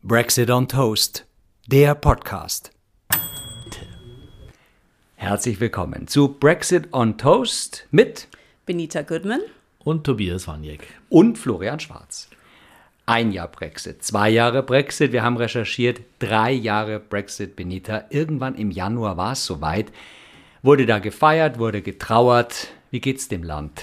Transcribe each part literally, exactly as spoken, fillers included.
Brexit on Toast, der Podcast. Herzlich willkommen zu Brexit on Toast mit Benita Goodman und Tobias Waniek und Florian Schwarz. Ein Jahr Brexit, zwei Jahre Brexit, wir haben recherchiert, drei Jahre Brexit, Benita. Irgendwann im Januar war es soweit. Wurde da gefeiert, wurde getrauert. Wie geht's dem Land?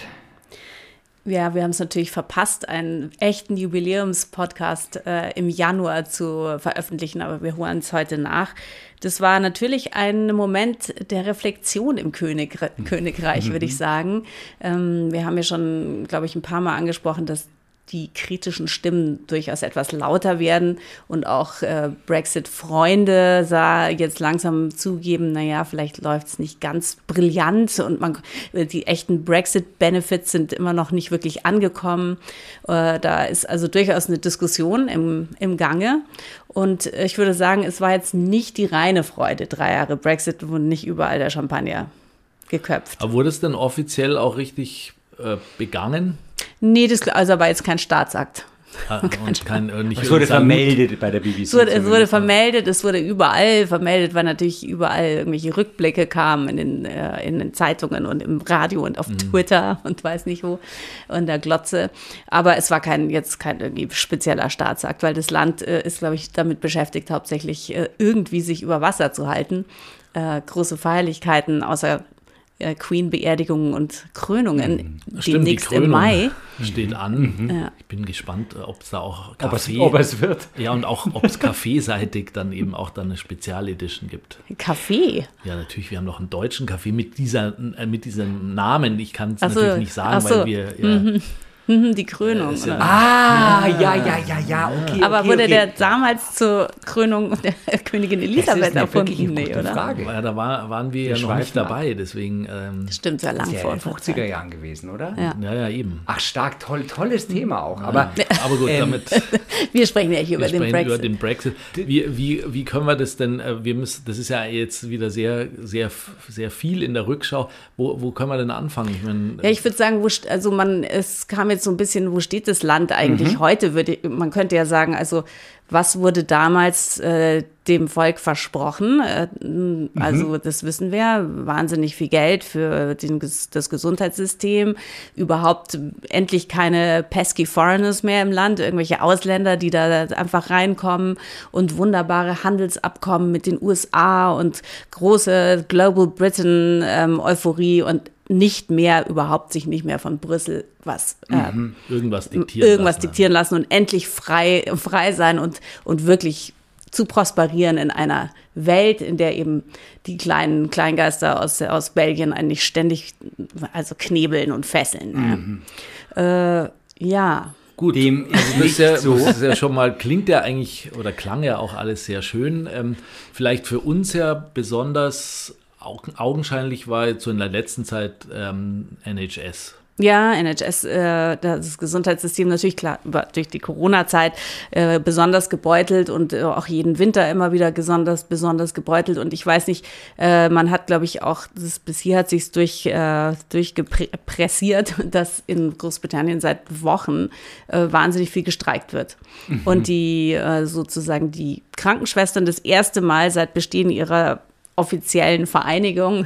Ja, wir haben es natürlich verpasst, einen echten Jubiläumspodcast äh, im Januar zu veröffentlichen, aber wir holen es heute nach. Das war natürlich ein Moment der Reflexion im König, Königreich, würde ich sagen. Ähm, wir haben ja schon, glaube ich, ein paar Mal angesprochen, dass die kritischen Stimmen durchaus etwas lauter werden und auch äh, Brexit-Freunde sah jetzt langsam zugeben, naja, vielleicht läuft es nicht ganz brillant und man, die echten Brexit-Benefits sind immer noch nicht wirklich angekommen. Äh, da ist also durchaus eine Diskussion im, im Gange und ich würde sagen, es war jetzt nicht die reine Freude, drei Jahre Brexit, wo nicht überall der Champagner geköpft. Aber wurde es denn offiziell auch richtig äh, begangen? Nee, das also war jetzt kein Staatsakt. Ah, und kein, äh, nicht es wurde vermeldet bei der B B C. Es wurde, es wurde vermeldet, es wurde überall vermeldet, weil natürlich überall irgendwelche Rückblicke kamen in den, äh, in den Zeitungen und im Radio und auf mhm. Twitter und weiß nicht wo und der Glotze. Aber es war kein jetzt kein irgendwie spezieller Staatsakt, weil das Land äh, ist, glaube ich, damit beschäftigt, hauptsächlich äh, irgendwie sich über Wasser zu halten. Äh, große Feierlichkeiten, außer Queen-Beerdigungen und Krönungen, Stimmt, demnächst die Krönung im Mai. Steht an. Mhm. Ja. Ich bin gespannt, ob es da auch Kaffee... Ob es, ob es wird. Ja, und auch, ob es kaffeeseitig dann eben auch dann eine Spezialedition gibt. Kaffee? Ja, natürlich, wir haben noch einen deutschen Kaffee mit, dieser, äh, mit diesem Namen. Ich kann es so, natürlich nicht sagen, so. weil wir... Ja, mhm. Die Krönung. Ja, ah, ja, ja, ja, ja, okay. Aber okay, wurde okay. der damals zur Krönung der Königin Elisabeth erfunden? Nee, oder? Frage. Ja, da war, waren wir, wir ja noch nicht dabei, deswegen... Ähm, Stimmt, sehr lang vor. vor. In den fünfziger Jahren gewesen, oder? Ja, ja, ja eben. Ach, stark, toll, tolles Thema auch. Aber, ja. aber gut, damit... wir sprechen ja hier über den Brexit. über den Brexit. Wie, wie, wie können wir das denn, wir müssen, das ist ja jetzt wieder sehr, sehr, sehr viel in der Rückschau. Wo, wo können wir denn anfangen? Ich meine, ja, ich würde sagen, wo, also man, es kam jetzt so ein bisschen, wo steht das Land eigentlich mhm. heute? Würde, man könnte ja sagen, also was wurde damals äh, dem Volk versprochen? Äh, also mhm. das wissen wir, wahnsinnig viel Geld für den, das Gesundheitssystem, überhaupt endlich keine pesky Foreigners mehr im Land, irgendwelche Ausländer, die da einfach reinkommen und wunderbare Handelsabkommen mit den U S A und große Global Britain ähm, Euphorie und nicht mehr, überhaupt sich nicht mehr von Brüssel was äh, mhm. irgendwas diktieren irgendwas lassen, diktieren lassen und endlich frei, frei sein und, und wirklich zu prosperieren in einer Welt, in der eben die kleinen Kleingeister aus, aus Belgien eigentlich ständig also knebeln und fesseln. Mhm. Äh, ja. Gut, dem ist nicht ja, so. Das ist ja schon mal, klingt ja eigentlich, oder klang ja auch alles sehr schön. Ähm, vielleicht für uns ja besonders augenscheinlich war jetzt so in der letzten Zeit ähm, N H S. Ja, N H S, äh, das Gesundheitssystem natürlich klar über, durch die Corona-Zeit äh, besonders gebeutelt und äh, auch jeden Winter immer wieder besonders, besonders gebeutelt. Und ich weiß nicht, äh, man hat, glaube ich, auch, das, bis hier hat sich durch, äh, durchgepressiert, dass in Großbritannien seit Wochen äh, wahnsinnig viel gestreikt wird. Mhm. Und die äh, sozusagen die Krankenschwestern das erste Mal seit Bestehen ihrer offiziellen Vereinigung,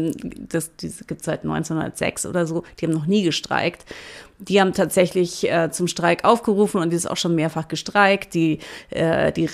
das, diese gibt es seit neunzehnhundertsechs oder so, die haben noch nie gestreikt. Die haben tatsächlich äh, zum Streik aufgerufen und die ist auch schon mehrfach gestreikt. Die, äh, die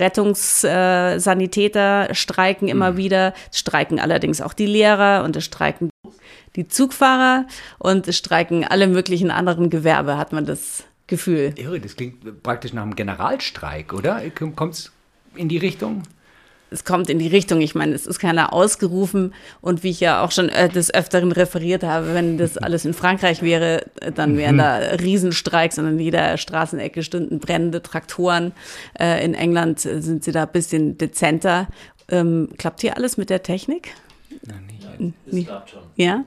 Rettungssanitäter streiken immer mhm. wieder, streiken allerdings auch die Lehrer und es streiken die Zugfahrer und es streiken alle möglichen anderen Gewerbe, hat man das Gefühl. Irre, das klingt praktisch nach einem Generalstreik, oder? Kommt es in die Richtung? Es kommt in die Richtung, ich meine, es ist keiner ausgerufen und wie ich ja auch schon des Öfteren referiert habe, wenn das alles in Frankreich wäre, dann wären da Riesenstreiks und an jeder Straßenecke stünden brennende Traktoren. Äh, in England sind sie da ein bisschen dezenter. Ähm, klappt hier alles mit der Technik? Nein, nicht. Das klappt schon. Ja,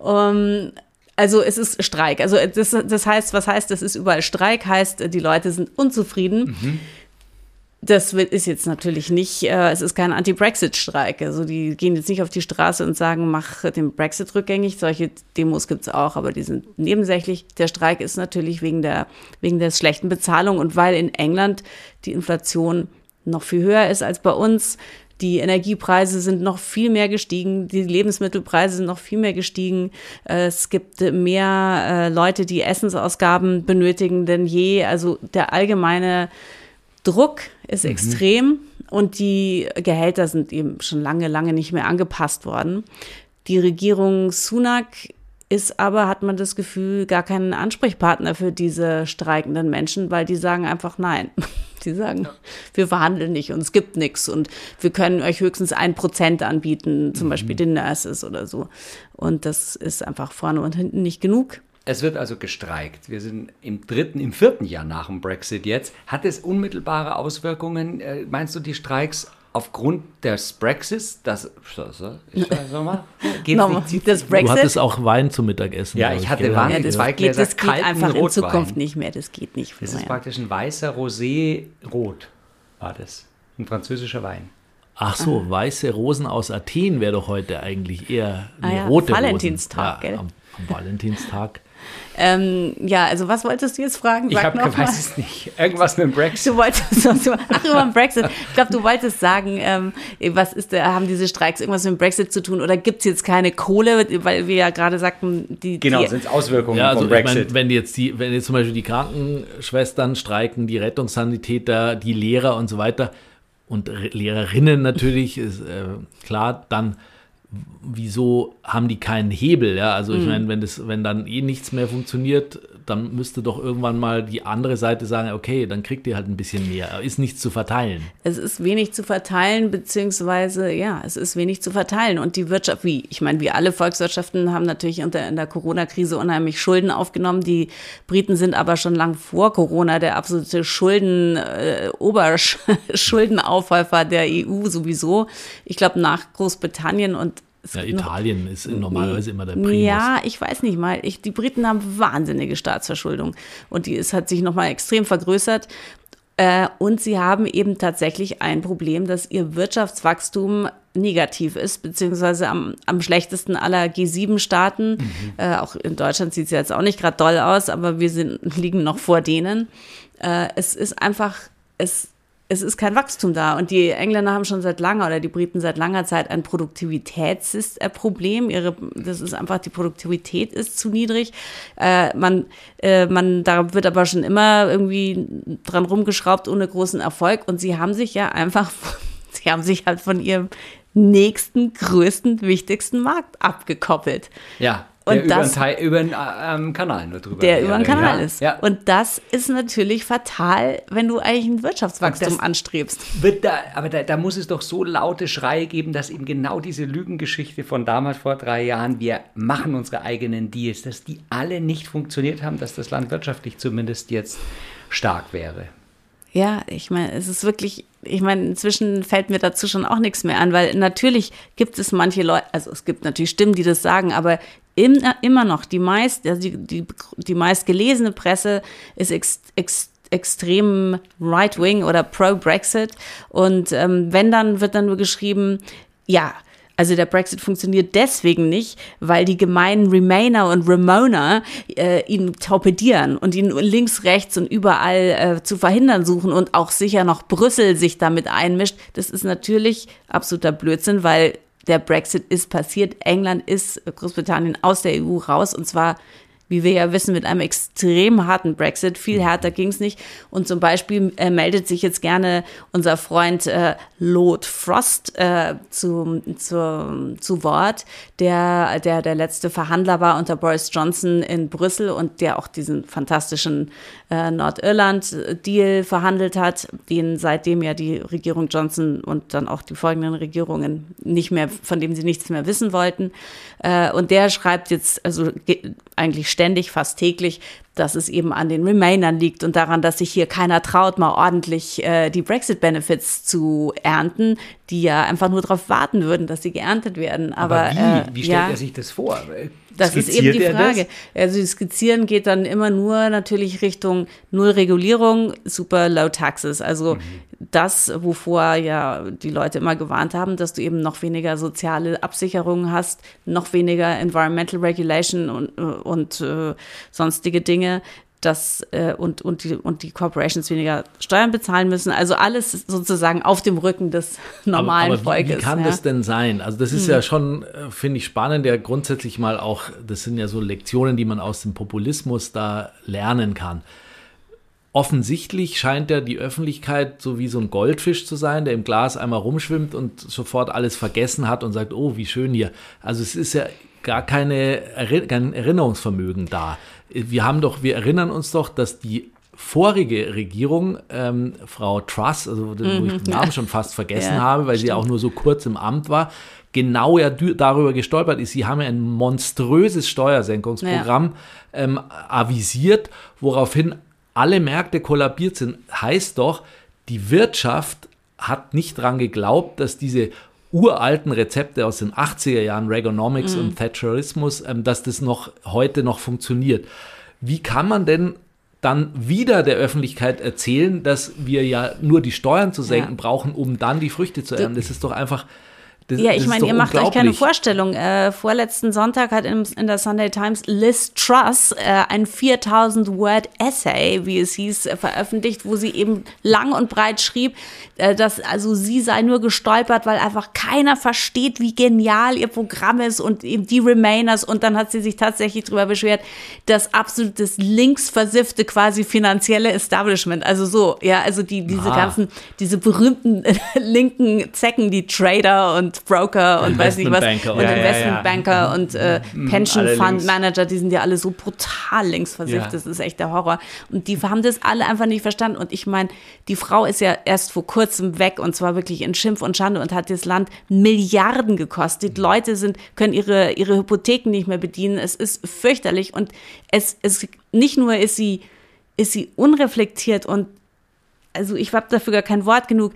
um, also es ist Streik. Also das, das heißt, was heißt, es ist überall Streik, heißt, die Leute sind unzufrieden. Mhm. Das ist jetzt natürlich nicht, äh, es ist kein Anti-Brexit-Streik. Also die gehen jetzt nicht auf die Straße und sagen, mach den Brexit rückgängig. Solche Demos gibt es auch, aber die sind nebensächlich. Der Streik ist natürlich wegen der, wegen der schlechten Bezahlung und weil in England die Inflation noch viel höher ist als bei uns. Die Energiepreise sind noch viel mehr gestiegen, die Lebensmittelpreise sind noch viel mehr gestiegen. Es gibt mehr Leute, die Essensausgaben benötigen denn je. Also der allgemeine Druck ist mhm. extrem und die Gehälter sind eben schon lange, lange nicht mehr angepasst worden. Die Regierung Sunak ist aber, hat man das Gefühl, gar kein Ansprechpartner für diese streikenden Menschen, weil die sagen einfach nein. Die sagen, ja. wir verhandeln nicht und es gibt nichts und wir können euch höchstens ein Prozent anbieten, zum mhm. Beispiel den Nurses oder so. Und das ist einfach vorne und hinten nicht genug. Es wird also gestreikt. Wir sind im dritten, im vierten Jahr nach dem Brexit jetzt. Hat es unmittelbare Auswirkungen, äh, meinst du, die Streiks aufgrund des Brexits? Das, das, ich weiß mal, geht no, nicht, das Brexit? Du hattest auch Wein zum Mittagessen. Ja, ich hatte Wein, ja, das zwei geht, Gläser das geht einfach Rotwein. in Zukunft nicht mehr. Das geht nicht mehr. Das ist praktisch ein weißer Rosé-Rot, war das. Ein französischer Wein. Ach so, ah. weiße Rosen aus Athen wäre doch heute eigentlich eher eine ah, ja, rote Valentinstag, Rosen. Ja, gell? Am, am Valentinstag. Ähm, ja, also was wolltest du jetzt fragen? Sag ich hab, noch weiß mal. es nicht. Irgendwas mit dem Brexit. Du wolltest, ach, über den Brexit. Ich glaube, du wolltest sagen, ähm, was ist, haben diese Streiks irgendwas mit dem Brexit zu tun oder gibt es jetzt keine Kohle, weil wir ja gerade sagten, die... Genau, die sind es Auswirkungen ja, also vom Brexit. Ich mein, wenn jetzt die, wenn jetzt zum Beispiel die Krankenschwestern streiken, die Rettungssanitäter, die Lehrer und so weiter und Lehrerinnen natürlich, ist äh, klar, dann wieso haben die keinen Hebel? Ja, also ich Mhm. meine, wenn das, wenn dann eh nichts mehr funktioniert, dann müsste doch irgendwann mal die andere Seite sagen, okay, dann kriegt ihr halt ein bisschen mehr. Ist nichts zu verteilen. Es ist wenig zu verteilen, beziehungsweise, ja, es ist wenig zu verteilen. Und die Wirtschaft, wie, ich meine, wie alle Volkswirtschaften haben natürlich unter, in der Corona-Krise unheimlich Schulden aufgenommen. Die Briten sind aber schon lang vor Corona der absolute Schulden, äh, Oberschuldenaufhäufer der E U sowieso. Ich glaube, nach Großbritannien und Ja, Italien ist normalerweise immer der Primus. Ja, ich weiß nicht mal. Ich, die Briten haben wahnsinnige Staatsverschuldung und die ist, hat sich nochmal extrem vergrößert. Äh, und sie haben eben tatsächlich ein Problem, dass ihr Wirtschaftswachstum negativ ist, beziehungsweise am, am schlechtesten aller G sieben Staaten. Mhm. Äh, auch in Deutschland sieht es ja jetzt auch nicht gerade doll aus, aber wir sind, liegen noch vor denen. Äh, es ist einfach, es Es ist kein Wachstum da und die Engländer haben schon seit langer oder die Briten seit langer Zeit ein Produktivitätsproblem. Ihre, das ist einfach, die Produktivität ist zu niedrig. Äh, man, äh, man, da wird aber schon immer irgendwie dran rumgeschraubt ohne großen Erfolg und sie haben sich ja einfach, sie haben sich halt von ihrem nächsten, größten, wichtigsten Markt abgekoppelt. Ja. Und der das, über einen, über einen ähm, Kanal nur drüber. Der über den Kanal ja, ist. Ja. Und das ist natürlich fatal, wenn du eigentlich ein Wirtschaftswachstum das anstrebst. Wird da, aber da, da muss es doch so laute Schreie geben, dass eben genau diese Lügengeschichte von damals vor drei Jahren, wir machen unsere eigenen Deals, dass die alle nicht funktioniert haben, dass das Land wirtschaftlich zumindest jetzt stark wäre. Ja, ich meine, es ist wirklich, ich meine, inzwischen fällt mir dazu schon auch nichts mehr an, weil natürlich gibt es manche Leute, also es gibt natürlich Stimmen, die das sagen, aber im, immer noch die meist, also die, die, die meist gelesene Presse ist ex, ex, extrem right-wing oder pro-Brexit und ähm, wenn, dann wird dann nur geschrieben, ja, also der Brexit funktioniert deswegen nicht, weil die gemeinen Remainer und Remoaner äh, ihn torpedieren und ihn links, rechts und überall äh, zu verhindern suchen und auch sicher noch Brüssel sich damit einmischt. Das ist natürlich absoluter Blödsinn, weil der Brexit ist passiert. England ist, Großbritannien aus der E U raus und zwar, wie wir ja wissen, mit einem extrem harten Brexit. Viel härter ging es nicht. Und zum Beispiel äh, meldet sich jetzt gerne unser Freund äh, Lord Frost äh, zu, zu, zu Wort, der, der der letzte Verhandler war unter Boris Johnson in Brüssel und der auch diesen fantastischen äh, Nordirland-Deal verhandelt hat, den seitdem ja die Regierung Johnson und dann auch die folgenden Regierungen nicht mehr, von dem sie nichts mehr wissen wollten. Äh, und der schreibt jetzt, also ge- eigentlich ständig, fast täglich, dass es eben an den Remainern liegt und daran, dass sich hier keiner traut, mal ordentlich äh, die Brexit-Benefits zu ernten, die ja einfach nur darauf warten würden, dass sie geerntet werden. Aber, Aber wie? Äh, wie stellt ja, er sich das vor? Das ist eben die Frage. Also das Skizzieren geht dann immer nur natürlich Richtung Null Regulierung, super Low Taxes. Also mhm. das, wovor ja die Leute immer gewarnt haben, dass du eben noch weniger soziale Absicherung hast, noch weniger Environmental Regulation und, und äh, sonstige Dinge. das äh, und, und, die, und die Corporations weniger Steuern bezahlen müssen. Also alles sozusagen auf dem Rücken des normalen aber, aber Volkes. Wie, wie kann ja? das denn sein? Also das ist hm. ja schon, finde ich, spannend, ja grundsätzlich mal auch, das sind ja so Lektionen, die man aus dem Populismus da lernen kann. Offensichtlich scheint ja die Öffentlichkeit so wie so ein Goldfisch zu sein, der im Glas einmal rumschwimmt und sofort alles vergessen hat und sagt, oh, wie schön hier. Also es ist ja gar keine kein Erinnerungsvermögen da. Wir haben doch, wir erinnern uns doch, dass die vorige Regierung, ähm, Frau Truss, also wo mhm. ich den Namen schon fast vergessen ja, habe, weil stimmt. sie auch nur so kurz im Amt war, genau ja darüber gestolpert ist. Sie haben ja ein monströses Steuersenkungsprogramm ja. ähm, avisiert, woraufhin alle Märkte kollabiert sind. Heißt doch, die Wirtschaft hat nicht dran geglaubt, dass diese uralten Rezepte aus den achtziger Jahren, Reaganomics mm. und Thatcherismus, ähm, dass das noch heute noch funktioniert. Wie kann man denn dann wieder der Öffentlichkeit erzählen, dass wir ja nur die Steuern zu senken ja. brauchen, um dann die Früchte zu ernten? Das ist doch einfach... Das, ja, ich meine, ihr macht euch keine Vorstellung. Äh, vorletzten Sonntag hat in, in der Sunday Times Liz Truss äh, ein viertausend Word Essay, wie es hieß, äh, veröffentlicht, wo sie eben lang und breit schrieb, äh, dass also sie sei nur gestolpert, weil einfach keiner versteht, wie genial ihr Programm ist und eben die Remainers. Und dann hat sie sich tatsächlich darüber beschwert, das absolut das linksversiffte quasi finanzielle Establishment. Also so, ja, also die diese ah. ganzen, diese berühmten linken Zecken, die Trader und Broker und weiß nicht was und ja, Investmentbanker ja, ja. und äh, Pension Fund Manager, die sind ja alle so brutal linksversifft, ja. das ist echt der Horror. Und die haben das alle einfach nicht verstanden. Und ich meine, die Frau ist ja erst vor kurzem weg und zwar wirklich in Schimpf und Schande und hat das Land Milliarden gekostet. Leute sind, können ihre, ihre Hypotheken nicht mehr bedienen. Es ist fürchterlich und es, es nicht nur ist sie, ist sie unreflektiert und also ich habe dafür gar kein Wort genug,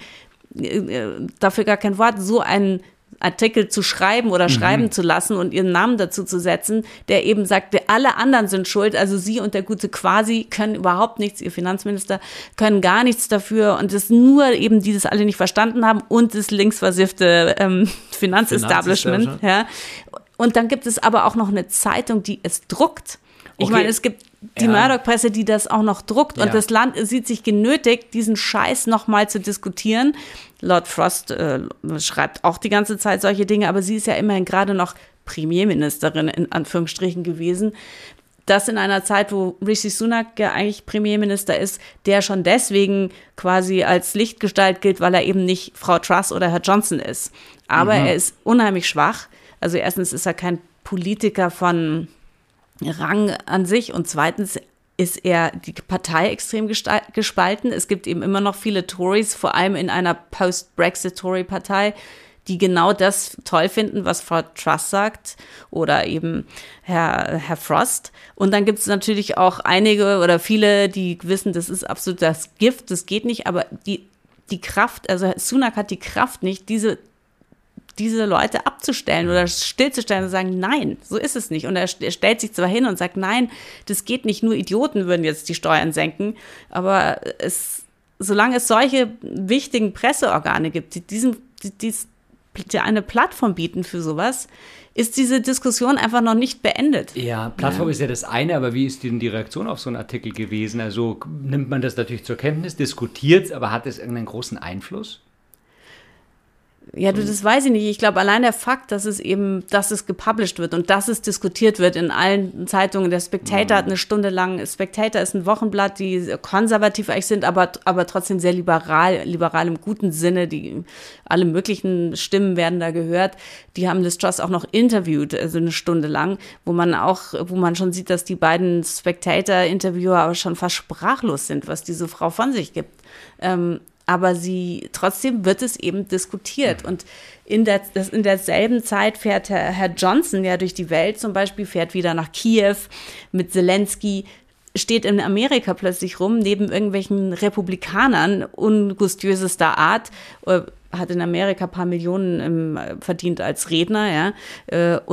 dafür gar kein Wort, so einen Artikel zu schreiben oder schreiben mhm. zu lassen und ihren Namen dazu zu setzen, der eben sagt, wir alle anderen sind schuld, also sie und der gute Quasi können überhaupt nichts, ihr Finanzminister können gar nichts dafür und es nur eben die das alle nicht verstanden haben und das linksversiffte ähm, Finanzestablishment. Ja. Und dann gibt es aber auch noch eine Zeitung, die es druckt. Ich okay. meine, es gibt die ja. Murdoch-Presse, die das auch noch druckt ja. und das Land sieht sich genötigt, diesen Scheiß nochmal zu diskutieren. Lord Frost äh, schreibt auch die ganze Zeit solche Dinge, aber sie ist ja immerhin gerade noch Premierministerin in Anführungsstrichen gewesen. Das in einer Zeit, wo Rishi Sunak ja eigentlich Premierminister ist, der schon deswegen quasi als Lichtgestalt gilt, weil er eben nicht Frau Truss oder Herr Johnson ist. Aber mhm. er ist unheimlich schwach. Also erstens ist er kein Politiker von Rang an sich und zweitens ist er die Partei extrem gespalten. Es gibt eben immer noch viele Tories, vor allem in einer Post-Brexit-Tory-Partei, die genau das toll finden, was Frau Truss sagt oder eben Herr, Herr Frost. Und dann gibt es natürlich auch einige oder viele, die wissen, das ist absolut das Gift, das geht nicht, aber die, die Kraft, also Sunak hat die Kraft nicht, diese diese Leute abzustellen oder stillzustellen und sagen, nein, so ist es nicht. Und er stellt sich zwar hin und sagt, nein, das geht nicht, nur Idioten würden jetzt die Steuern senken, aber es, solange es solche wichtigen Presseorgane gibt, die, diesen, die, die, die eine Plattform bieten für sowas, ist diese Diskussion einfach noch nicht beendet. Ja, Plattform ja. ist ja das eine, aber wie ist denn die Reaktion auf so einen Artikel gewesen? Also nimmt man das natürlich zur Kenntnis, diskutiert es, aber hat es irgendeinen großen Einfluss? Ja, du, das weiß ich nicht. Ich glaube, allein der Fakt, dass es eben, dass es gepublished wird und dass es diskutiert wird in allen Zeitungen. Der Spectator mhm. hat eine Stunde lang, Spectator ist ein Wochenblatt, die konservativ eigentlich sind, aber, aber trotzdem sehr liberal, liberal im guten Sinne. Die, alle möglichen Stimmen werden da gehört. Die haben Liz Truss auch noch interviewt, also eine Stunde lang, wo man auch, wo man schon sieht, dass die beiden Spectator-Interviewer aber schon fast sprachlos sind, was diese Frau von sich gibt. Ähm, Aber sie, trotzdem wird es eben diskutiert. Und in, der, das, in derselben Zeit fährt Herr, Herr Johnson ja durch die Welt, zum Beispiel fährt wieder nach Kiew mit Zelensky, steht in Amerika plötzlich rum, neben irgendwelchen Republikanern ungustiösester Art, hat in Amerika ein paar Millionen im, verdient als Redner, ja, und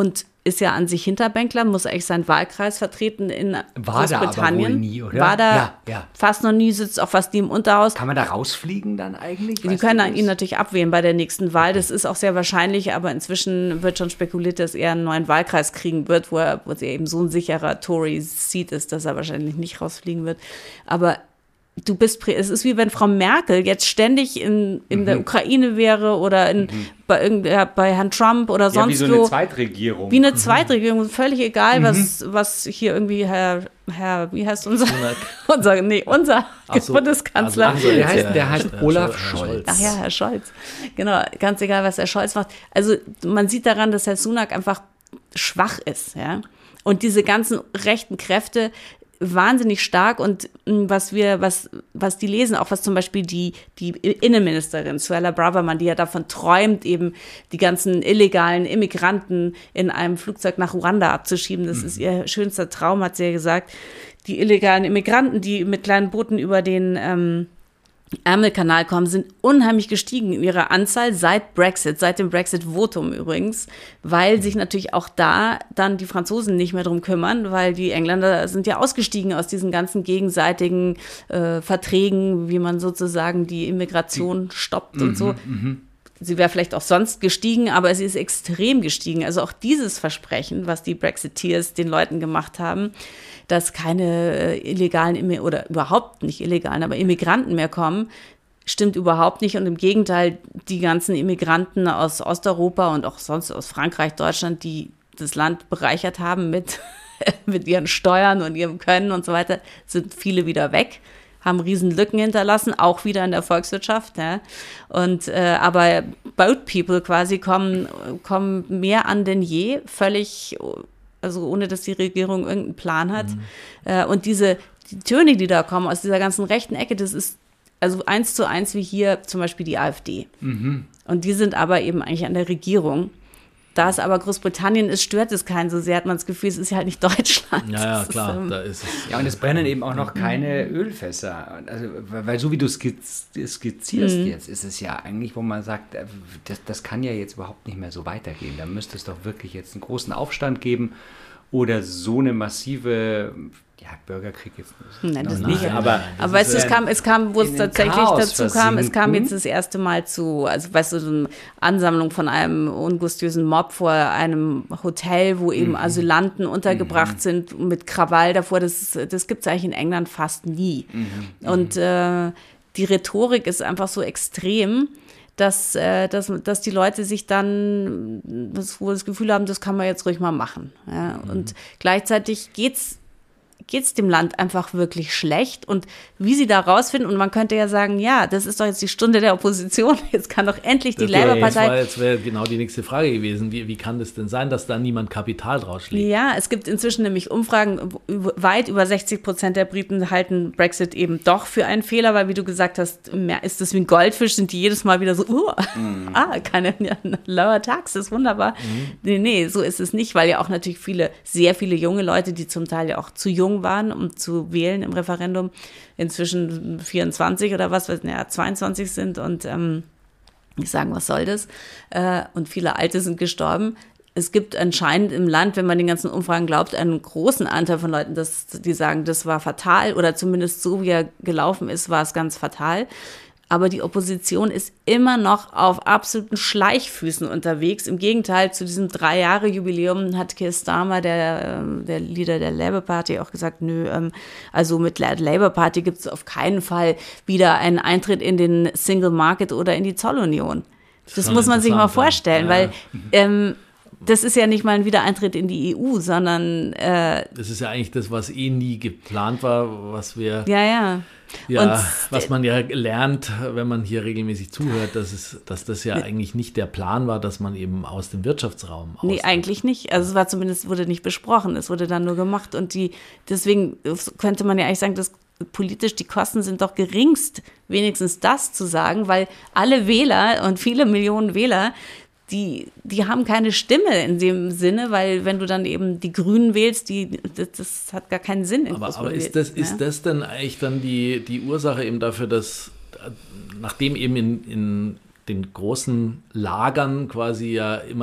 ist ja an sich Hinterbänkler, muss eigentlich seinen Wahlkreis vertreten in War da Großbritannien. aber wohl nie, oder? War da Ja, ja. fast noch nie, sitzt auch fast nie im Unterhaus. Kann man da rausfliegen dann eigentlich? Die Weißt können du ihn das? natürlich abwählen bei der nächsten Wahl. Das ist auch sehr wahrscheinlich, aber inzwischen wird schon spekuliert, dass er einen neuen Wahlkreis kriegen wird, wo er, wo er eben so ein sicherer Tory-Seat ist, dass er wahrscheinlich nicht rausfliegen wird. Aber du bist, es ist wie wenn Frau Merkel jetzt ständig in, in mhm. der Ukraine wäre oder in, mhm. bei, irgend, ja, bei Herrn Trump oder sonst wo. Ja, wie so eine Zweitregierung. Wie eine Zweitregierung, völlig egal, mhm. was, was hier irgendwie Herr, Herr, wie heißt unser, unser, nee, unser so, Bundeskanzler. Also, der heißt, der heißt Herr Olaf Scholz. Scholz. Ach ja, Herr Scholz. Genau, ganz egal, was Herr Scholz macht. Also man sieht daran, dass Herr Sunak einfach schwach ist, ja. Und diese ganzen rechten Kräfte wahnsinnig stark und was wir, was, was die lesen, auch was zum Beispiel die, die Innenministerin Suella Braverman, die ja davon träumt, eben die ganzen illegalen Immigranten in einem Flugzeug nach Ruanda abzuschieben. Das mhm. ist ihr schönster Traum, hat sie ja gesagt. Die illegalen Immigranten, die mit kleinen Booten über den ähm, Ärmelkanal kommen, sind unheimlich gestiegen in ihrer Anzahl seit Brexit, seit dem Brexit-Votum übrigens, weil sich natürlich auch da dann die Franzosen nicht mehr drum kümmern, weil die Engländer sind ja ausgestiegen aus diesen ganzen gegenseitigen äh, Verträgen, wie man sozusagen die Immigration stoppt mhm, und so. Mhm. Sie wäre vielleicht auch sonst gestiegen, aber sie ist extrem gestiegen. Also auch dieses Versprechen, was die Brexiteers den Leuten gemacht haben, dass keine äh, illegalen oder überhaupt nicht illegalen, aber Immigranten mehr kommen, stimmt überhaupt nicht. Und im Gegenteil, die ganzen Immigranten aus Osteuropa und auch sonst aus Frankreich, Deutschland, die das Land bereichert haben mit, mit ihren Steuern und ihrem Können und so weiter, sind viele wieder weg, haben riesen Lücken hinterlassen, auch wieder in der Volkswirtschaft. Ja. Und, äh, aber Boat People quasi kommen, kommen mehr an denn je, völlig, also ohne dass die Regierung irgendeinen Plan hat. Mhm. Äh, und diese die Töne, die da kommen aus dieser ganzen rechten Ecke, das ist also eins zu eins wie hier zum Beispiel die AfD. Mhm. Und die sind aber eben eigentlich an der Regierung. Da es aber Großbritannien ist, stört es keinen so sehr, hat man das Gefühl, es ist ja halt nicht Deutschland. Ja, ja, das klar, ist, ähm, da ist es. Ja, und es brennen eben auch noch keine Ölfässer. Also, weil so wie du skizz, skizzierst mhm. jetzt, ist es ja eigentlich, wo man sagt, das, das kann ja jetzt überhaupt nicht mehr so weitergehen. Da müsste es doch wirklich jetzt einen großen Aufstand geben oder so eine massive... Ja, Bürgerkrieg jetzt nicht. Nein, das Nein, nicht. Aber, aber weißt du, es kam, es kam, wo es tatsächlich Chaos dazu kam, es kam jetzt das erste Mal zu, also weißt du, so eine Ansammlung von einem ungustiösen Mob vor einem Hotel, wo eben mhm. Asylanten untergebracht mhm. sind mit Krawall davor. Das, das gibt es eigentlich in England fast nie. Mhm. Und äh, die Rhetorik ist einfach so extrem, dass, äh, dass, dass die Leute sich dann das, wohl das Gefühl haben, das kann man jetzt ruhig mal machen. Ja? Mhm. Und gleichzeitig geht's geht es dem Land einfach wirklich schlecht und wie sie da rausfinden, und man könnte ja sagen, ja, das ist doch jetzt die Stunde der Opposition, jetzt kann doch endlich die Labour-Partei... Jetzt wäre genau die nächste Frage gewesen, wie, wie kann das denn sein, dass da niemand Kapital draus schlägt? Ja, es gibt inzwischen nämlich Umfragen, weit über sechzig Prozent der Briten halten Brexit eben doch für einen Fehler, weil wie du gesagt hast, ist das wie ein Goldfisch, sind die jedes Mal wieder so, uh, mm. ah, keine ja, Lower Taxes, wunderbar. Mm. Nee, nee, so ist es nicht, weil ja auch natürlich viele, sehr viele junge Leute, die zum Teil ja auch zu jung waren, um zu wählen im Referendum, inzwischen vierundzwanzig oder was, ja, zweiundzwanzig sind und ähm, ich sagen, was soll das? Äh, und viele Alte sind gestorben. Es gibt anscheinend im Land, wenn man den ganzen Umfragen glaubt, einen großen Anteil von Leuten, das, die sagen, das war fatal oder zumindest so, wie er gelaufen ist, war es ganz fatal. Aber die Opposition ist immer noch auf absoluten Schleichfüßen unterwegs. Im Gegenteil, zu diesem Drei-Jahre-Jubiläum hat Keir Starmer, der, der Leader der Labour Party, auch gesagt, nö, also mit der Labour Party gibt es auf keinen Fall wieder einen Eintritt in den Single Market oder in die Zollunion. Das, das muss man sich mal vorstellen, ja. weil ähm, das ist ja nicht mal ein Wiedereintritt in die E U, sondern äh, das ist ja eigentlich das, was eh nie geplant war, was wir... Ja, ja. Ja, und was man ja lernt, wenn man hier regelmäßig zuhört, dass, es, dass das ja eigentlich nicht der Plan war, dass man eben aus dem Wirtschaftsraum austritt. Nee, eigentlich nicht. Also es war zumindest, wurde nicht besprochen, es wurde dann nur gemacht. Und die, deswegen könnte man ja eigentlich sagen, dass politisch die Kosten sind doch geringst, wenigstens das zu sagen, weil alle Wähler und viele Millionen Wähler, Die, die haben keine Stimme in dem Sinne, weil wenn du dann eben die Grünen wählst, die, das, das hat gar keinen Sinn. In aber aber ist, das, ja? ist das denn eigentlich dann die, die Ursache eben dafür, dass nachdem eben in, in den großen Lagern quasi ja immer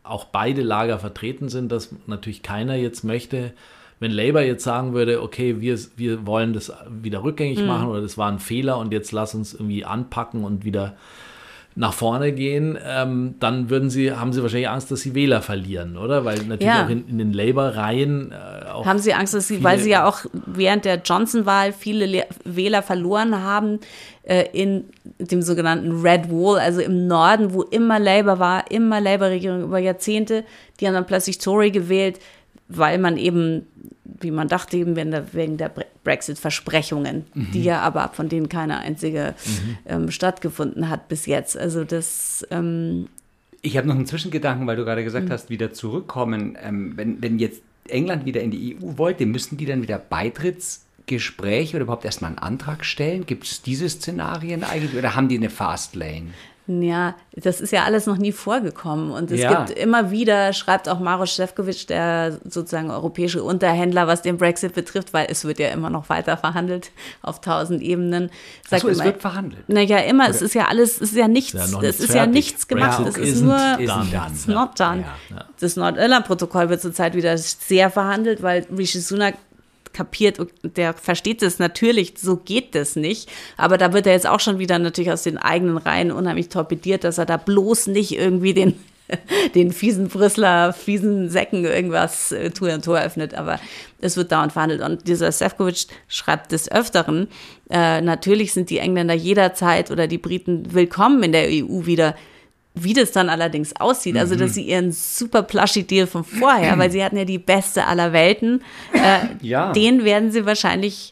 auch beide Lager vertreten sind, dass natürlich keiner jetzt möchte, wenn Labour jetzt sagen würde, okay, wir, wir wollen das wieder rückgängig mhm. machen oder das war ein Fehler und jetzt lass uns irgendwie anpacken und wieder nach vorne gehen, ähm, dann würden sie, haben sie wahrscheinlich Angst, dass sie Wähler verlieren, oder? Weil natürlich ja. auch in, in den Labour-Reihen äh, auch haben sie Angst, dass sie, weil sie ja auch während der Johnson-Wahl viele Le- Wähler verloren haben äh, in dem sogenannten Red Wall, also im Norden, wo immer Labour war, immer Labour-Regierung über Jahrzehnte, die haben dann plötzlich Tory gewählt, weil man eben, wie man dachte, eben wegen der, wegen der Brexit-Versprechungen, mhm. die ja aber von denen keine einzige mhm. ähm, stattgefunden hat bis jetzt. Also das... Ähm ich habe noch einen Zwischengedanken, weil du gerade gesagt mhm. hast, wieder zurückkommen. Ähm, wenn, wenn jetzt England wieder in die E U wollte, müssen die dann wieder Beitrittsgespräche oder überhaupt erstmal einen Antrag stellen? Gibt es diese Szenarien eigentlich oder haben die eine Fastlane? Ja, das ist ja alles noch nie vorgekommen und es ja. gibt immer wieder, schreibt auch Maroš Šefčovič, der sozusagen europäische Unterhändler, was den Brexit betrifft, weil es wird ja immer noch weiter verhandelt auf tausend Ebenen. Sagt Achso, immer, es wird verhandelt? Naja, immer, Oder? es ist ja alles, es ist ja nichts, es ist, ja, es ist ja nichts gemacht, Brexit es ist nur, done. it's not done. Ja, ja. Das Nordirland-Protokoll wird zurzeit wieder sehr verhandelt, weil Rishi Sunak kapiert, der versteht es natürlich, so geht das nicht, aber da wird er jetzt auch schon wieder natürlich aus den eigenen Reihen unheimlich torpediert, dass er da bloß nicht irgendwie den, den fiesen Brüsseler, fiesen Säcken irgendwas äh, Tür und Tor öffnet, aber es wird dauernd verhandelt und dieser Šefčovič schreibt des Öfteren, äh, natürlich sind die Engländer jederzeit oder die Briten willkommen in der E U wieder. Wie das dann allerdings aussieht, also dass sie ihren super Plushy-Deal von vorher, weil sie hatten ja die beste aller Welten, äh, ja. den werden sie wahrscheinlich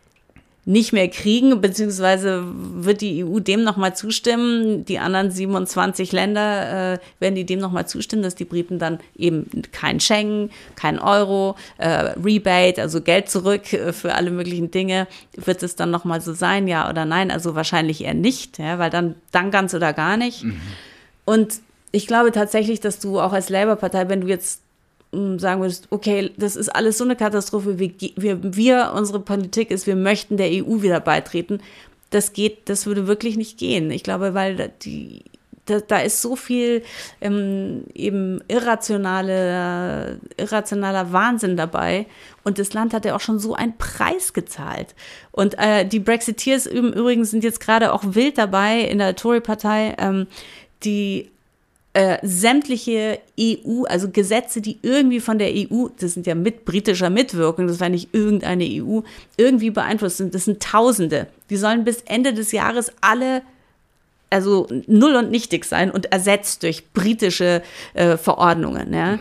nicht mehr kriegen, beziehungsweise wird die E U dem nochmal zustimmen, die anderen siebenundzwanzig Länder äh, werden die dem nochmal zustimmen, dass die Briten dann eben kein Schengen, kein Euro, äh, Rebate, also Geld zurück äh, für alle möglichen Dinge, wird es dann nochmal so sein, ja oder nein, also wahrscheinlich eher nicht, ja, weil dann, dann ganz oder gar nicht. Mhm. Und ich glaube tatsächlich, dass du auch als Labour-Partei, wenn du jetzt mh, sagen würdest, okay, das ist alles so eine Katastrophe, wir, wir, wir, unsere Politik ist, wir möchten der E U wieder beitreten, das geht, das würde wirklich nicht gehen. Ich glaube, weil die, da, da ist so viel ähm, eben irrationale, irrationaler Wahnsinn dabei und das Land hat ja auch schon so einen Preis gezahlt. Und äh, die Brexiteers im Übrigen sind jetzt gerade auch wild dabei in der Tory-Partei, ähm, die äh, sämtliche E U, also Gesetze, die irgendwie von der E U, das sind ja mit britischer Mitwirkung, das war nicht irgendeine E U, irgendwie beeinflusst sind, das sind Tausende. Die sollen bis Ende des Jahres alle, also null und nichtig sein und ersetzt durch britische äh, Verordnungen, ja.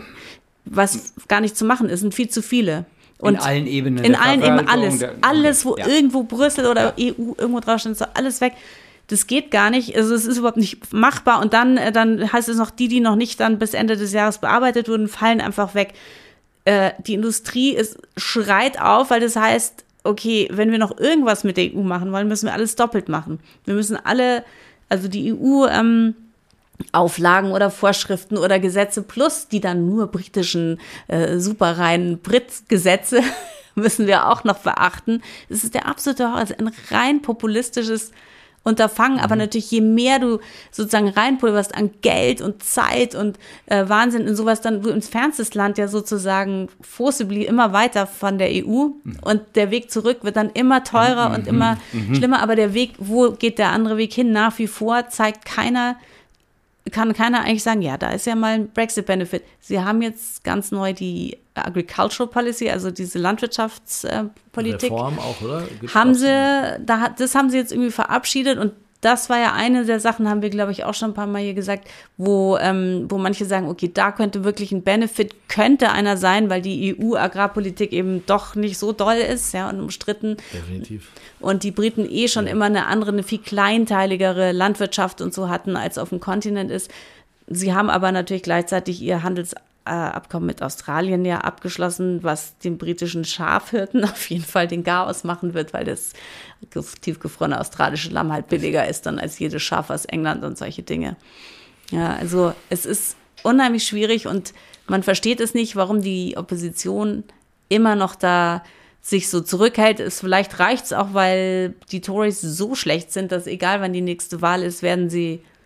Was gar nicht zu machen ist, sind viel zu viele. Und in allen Ebenen. In allen Ebenen, alles. Der, alles, wo ja. irgendwo Brüssel oder ja. E U irgendwo draufsteht, ist alles weg. Das geht gar nicht, also es ist überhaupt nicht machbar und dann, dann heißt es noch, die, die noch nicht dann bis Ende des Jahres bearbeitet wurden, fallen einfach weg. Äh, die Industrie ist, schreit auf, weil das heißt, okay, wenn wir noch irgendwas mit der E U machen wollen, müssen wir alles doppelt machen. Wir müssen alle, also die E U ähm, Auflagen oder Vorschriften oder Gesetze plus die dann nur britischen äh, superreinen Brit-Gesetze müssen wir auch noch beachten. Das ist der absolute Horror, also ein rein populistisches Unterfangen, aber natürlich je mehr du sozusagen reinpulverst an Geld und Zeit und äh, Wahnsinn in sowas, dann du entfernst das Land ja sozusagen forcibly immer weiter von der E U mhm. und der Weg zurück wird dann immer teurer mhm. und immer mhm. schlimmer, aber der Weg, wo geht der andere Weg hin, nach wie vor zeigt keiner, kann keiner eigentlich sagen, ja, da ist ja mal ein Brexit-Benefit. Sie haben jetzt ganz neu die Agricultural Policy, also diese Landwirtschaftspolitik. Reform auch, oder? Gibt's haben auch sie, da, das haben sie jetzt irgendwie verabschiedet und das war ja eine der Sachen, haben wir, glaube ich, auch schon ein paar Mal hier gesagt, wo, ähm, wo manche sagen, okay, da könnte wirklich ein Benefit, könnte einer sein, weil die E U-Agrarpolitik eben doch nicht so doll ist, ja, und umstritten. Definitiv. Und die Briten eh schon ja. immer eine andere, eine viel kleinteiligere Landwirtschaft und so hatten, als auf dem Kontinent ist. Sie haben aber natürlich gleichzeitig ihr Handelsabkommen mit Australien ja abgeschlossen, was den britischen Schafhirten auf jeden Fall den Garaus machen wird, weil das tiefgefrorene australische Lamm halt billiger ist dann als jedes Schaf aus England und solche Dinge. Ja, also es ist unheimlich schwierig und man versteht es nicht, warum die Opposition immer noch da sich so zurückhält. Es, vielleicht reicht es auch, weil die Tories so schlecht sind, dass egal wann die nächste Wahl ist, werden sie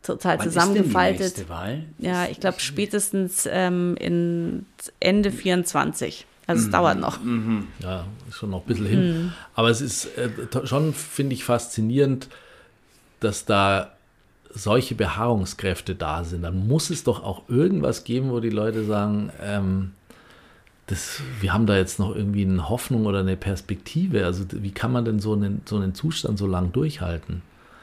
total Wann zusammengefaltet. Ist denn die nächste Wahl? Ja, ich glaube spätestens ähm, in Ende vierundzwanzig. Also es mhm. dauert noch. Mhm. Ja, ist schon noch ein bisschen hin. Mhm. Aber es ist äh, schon, finde ich, faszinierend, dass da solche Beharrungskräfte da sind. Dann muss es doch auch irgendwas geben, wo die Leute sagen, ähm, das, wir haben da jetzt noch irgendwie eine Hoffnung oder eine Perspektive. Also wie kann man denn so einen, so einen Zustand so lang durchhalten?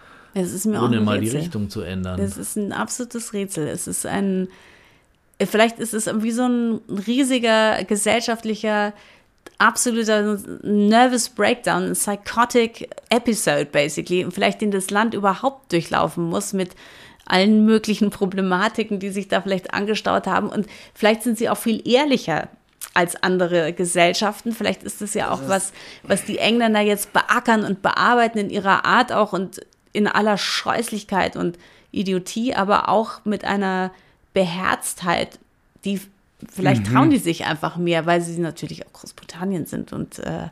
Es ist mir ohne auch ein mal Rätsel. Die Richtung zu ändern. Es ist ein absolutes Rätsel. Es ist ein, vielleicht ist es wie so ein riesiger gesellschaftlicher, absoluter Nervous Breakdown, ein psychotic episode basically, und vielleicht den das Land überhaupt durchlaufen muss mit allen möglichen Problematiken, die sich da vielleicht angestaut haben, und vielleicht sind sie auch viel ehrlicher als andere Gesellschaften. Vielleicht ist es ja auch was, was die Engländer jetzt beackern und bearbeiten in ihrer Art auch und in aller Scheußlichkeit und Idiotie, aber auch mit einer Beherztheit, die vielleicht mhm. trauen die sich einfach mehr, weil sie natürlich auch Großbritannien sind und, äh,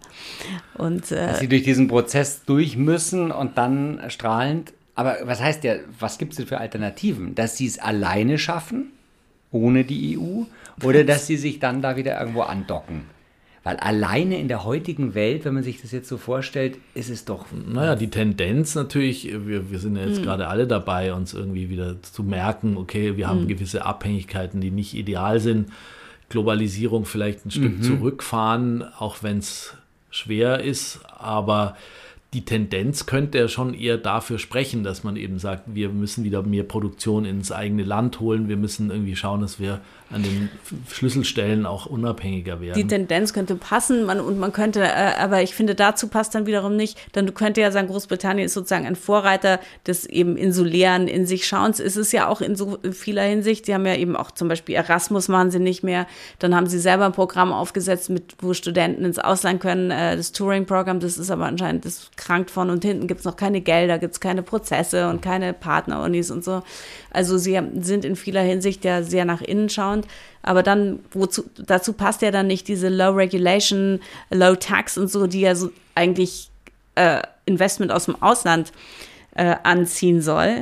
und äh, dass sie durch diesen Prozess durch müssen und dann strahlend. Aber was heißt ja, was gibt es denn für Alternativen? Dass sie es alleine schaffen, ohne die E U, oder dass sie sich dann da wieder irgendwo andocken? Weil alleine in der heutigen Welt, wenn man sich das jetzt so vorstellt, ist es doch... Naja, die Tendenz natürlich, wir, wir sind ja jetzt mhm. gerade alle dabei, uns irgendwie wieder zu merken, okay, wir haben mhm. gewisse Abhängigkeiten, die nicht ideal sind. Globalisierung vielleicht ein Stück mhm. zurückfahren, auch wenn es schwer ist, aber die Tendenz könnte ja schon eher dafür sprechen, dass man eben sagt, wir müssen wieder mehr Produktion ins eigene Land holen, wir müssen irgendwie schauen, dass wir an den Schlüsselstellen auch unabhängiger werden. Die Tendenz könnte passen, man, und man könnte, äh, aber ich finde, dazu passt dann wiederum nicht, dann du könntest ja sagen, Großbritannien ist sozusagen ein Vorreiter des eben insulären in sich Schauens. Es ist ja auch in so vieler Hinsicht, sie haben ja eben auch zum Beispiel Erasmus machen sie nicht mehr, dann haben sie selber ein Programm aufgesetzt, mit wo Studenten ins Ausland können, äh, das Touring-Programm, das ist aber anscheinend, das krankt von und hinten, gibt es noch keine Gelder, gibt es keine Prozesse und keine Partnerunis und so. Also sie sind in vieler Hinsicht ja sehr nach innen schauend, aber dann, wozu, dazu passt ja dann nicht diese Low Regulation, Low Tax und so, die ja so eigentlich äh, Investment aus dem Ausland äh, anziehen soll.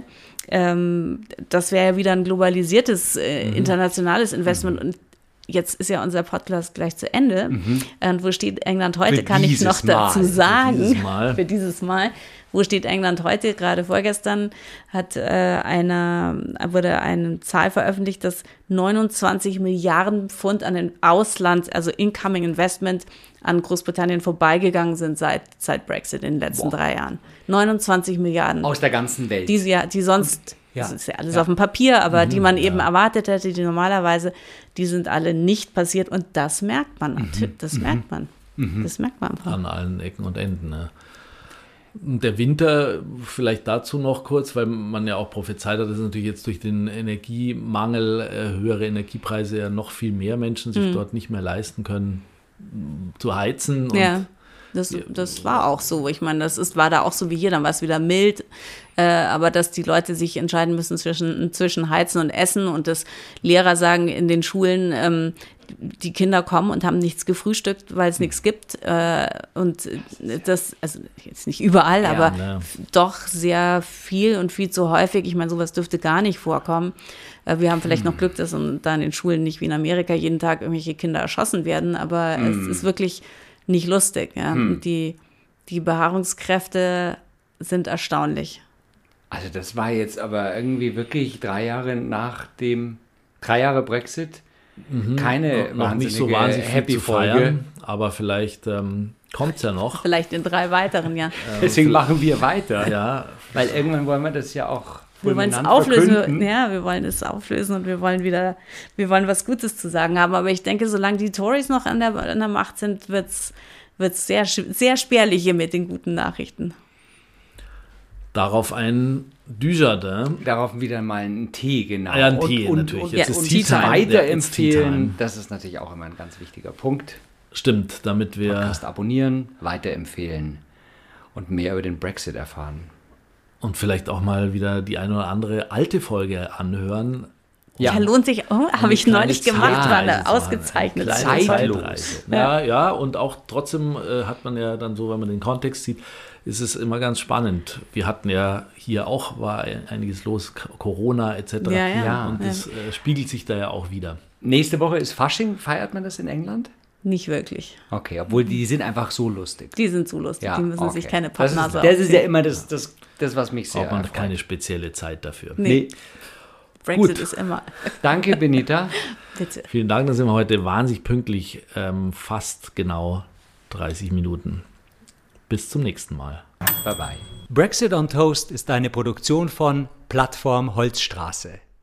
Ähm, das wäre ja wieder ein globalisiertes, äh, mhm. internationales Investment, und jetzt ist ja unser Podcast gleich zu Ende. Mhm. Und wo steht England heute, für kann ich noch Mal. dazu sagen. Für dieses Mal. Für dieses Mal. Wo steht England heute? Gerade vorgestern hat äh, einer, wurde eine Zahl veröffentlicht, dass neunundzwanzig Milliarden Pfund an den Ausland, also Incoming Investment, an Großbritannien vorbeigegangen sind seit, seit Brexit in den letzten Boah. drei Jahren. neunundzwanzig Milliarden. Aus der ganzen Welt. Die, ja, die sonst, ja. das ist ja alles ja. auf dem Papier, aber mhm, die man eben ja. erwartet hätte, die normalerweise, die sind alle nicht passiert, und das merkt man. Mhm. Das mhm. merkt man. Mhm. Das merkt man einfach. An allen Ecken und Enden, ne? Der Winter, vielleicht dazu noch kurz, weil man ja auch prophezeit hat, dass natürlich jetzt durch den Energiemangel, äh, höhere Energiepreise, ja noch viel mehr Menschen sich mhm. dort nicht mehr leisten können, zu heizen. Und ja, das, das war auch so. Ich meine, das ist, war da auch so wie hier, dann war es wieder mild, äh, aber dass die Leute sich entscheiden müssen zwischen, zwischen Heizen und Essen, und dass Lehrer sagen in den Schulen, ähm, die Kinder kommen und haben nichts gefrühstückt, weil es nichts gibt. Äh, und das, also jetzt nicht überall, ja, aber ne. doch sehr viel und viel zu häufig. Ich meine, sowas dürfte gar nicht vorkommen. Äh, wir haben vielleicht hm. noch Glück, dass da in den Schulen nicht wie in Amerika jeden Tag irgendwelche Kinder erschossen werden, aber hm. es ist wirklich nicht lustig. Ja. Hm. Die, die Beharrungskräfte sind erstaunlich. Also das war jetzt aber irgendwie wirklich drei Jahre nach dem, drei Jahre Brexit, Mhm. keine noch nicht so wahnsinnig happy Folge, aber vielleicht ähm, kommt es ja noch. Vielleicht in drei weiteren Jahren. Ähm, Deswegen machen wir weiter. Ja. Weil irgendwann wollen wir das ja auch wir wollen es auflösen. Ja, wir wollen es auflösen und wir wollen wieder, wir wollen was Gutes zu sagen haben. Aber ich denke, solange die Tories noch an der, an der Macht sind, wird es sehr, sehr spärlich hier mit den guten Nachrichten. Darauf ein Dujardin. Darauf wieder mal einen Tee, genau. Ja, einen Tee und, natürlich. Und, jetzt ja, ist und Tea Time. Weiterempfehlen, das ist natürlich auch immer ein ganz wichtiger Punkt. Stimmt, damit wir... Podcast abonnieren, weiterempfehlen und mehr über den Brexit erfahren. Und vielleicht auch mal wieder die eine oder andere alte Folge anhören. Ja, ja lohnt sich. Oh, habe ich neulich gemacht, war eine ausgezeichnete Zeitreise. Ja, ja, und auch trotzdem äh, hat man ja dann so, wenn man den Kontext sieht, ist es immer ganz spannend. Wir hatten ja hier auch, war einiges los, Corona et cetera. Ja, ja. Und das äh, spiegelt sich da ja auch wieder. Nächste Woche ist Fasching. Feiert man das in England? Nicht wirklich. Okay, obwohl die sind einfach so lustig. Die sind so lustig, Ja, die müssen okay. sich keine Das ist, Pappnase das ist ja aufziehen. immer das, das, das was mich sehr Braucht man erfreut. keine spezielle Zeit dafür. Nee. Nee. Brexit Gut. ist immer. Danke, Benita. Bitte. Vielen Dank, da sind wir heute wahnsinnig pünktlich, ähm, fast genau dreißig Minuten. Bis zum nächsten Mal. Bye bye. Brexit on Toast ist eine Produktion von Plattform Holzstraße.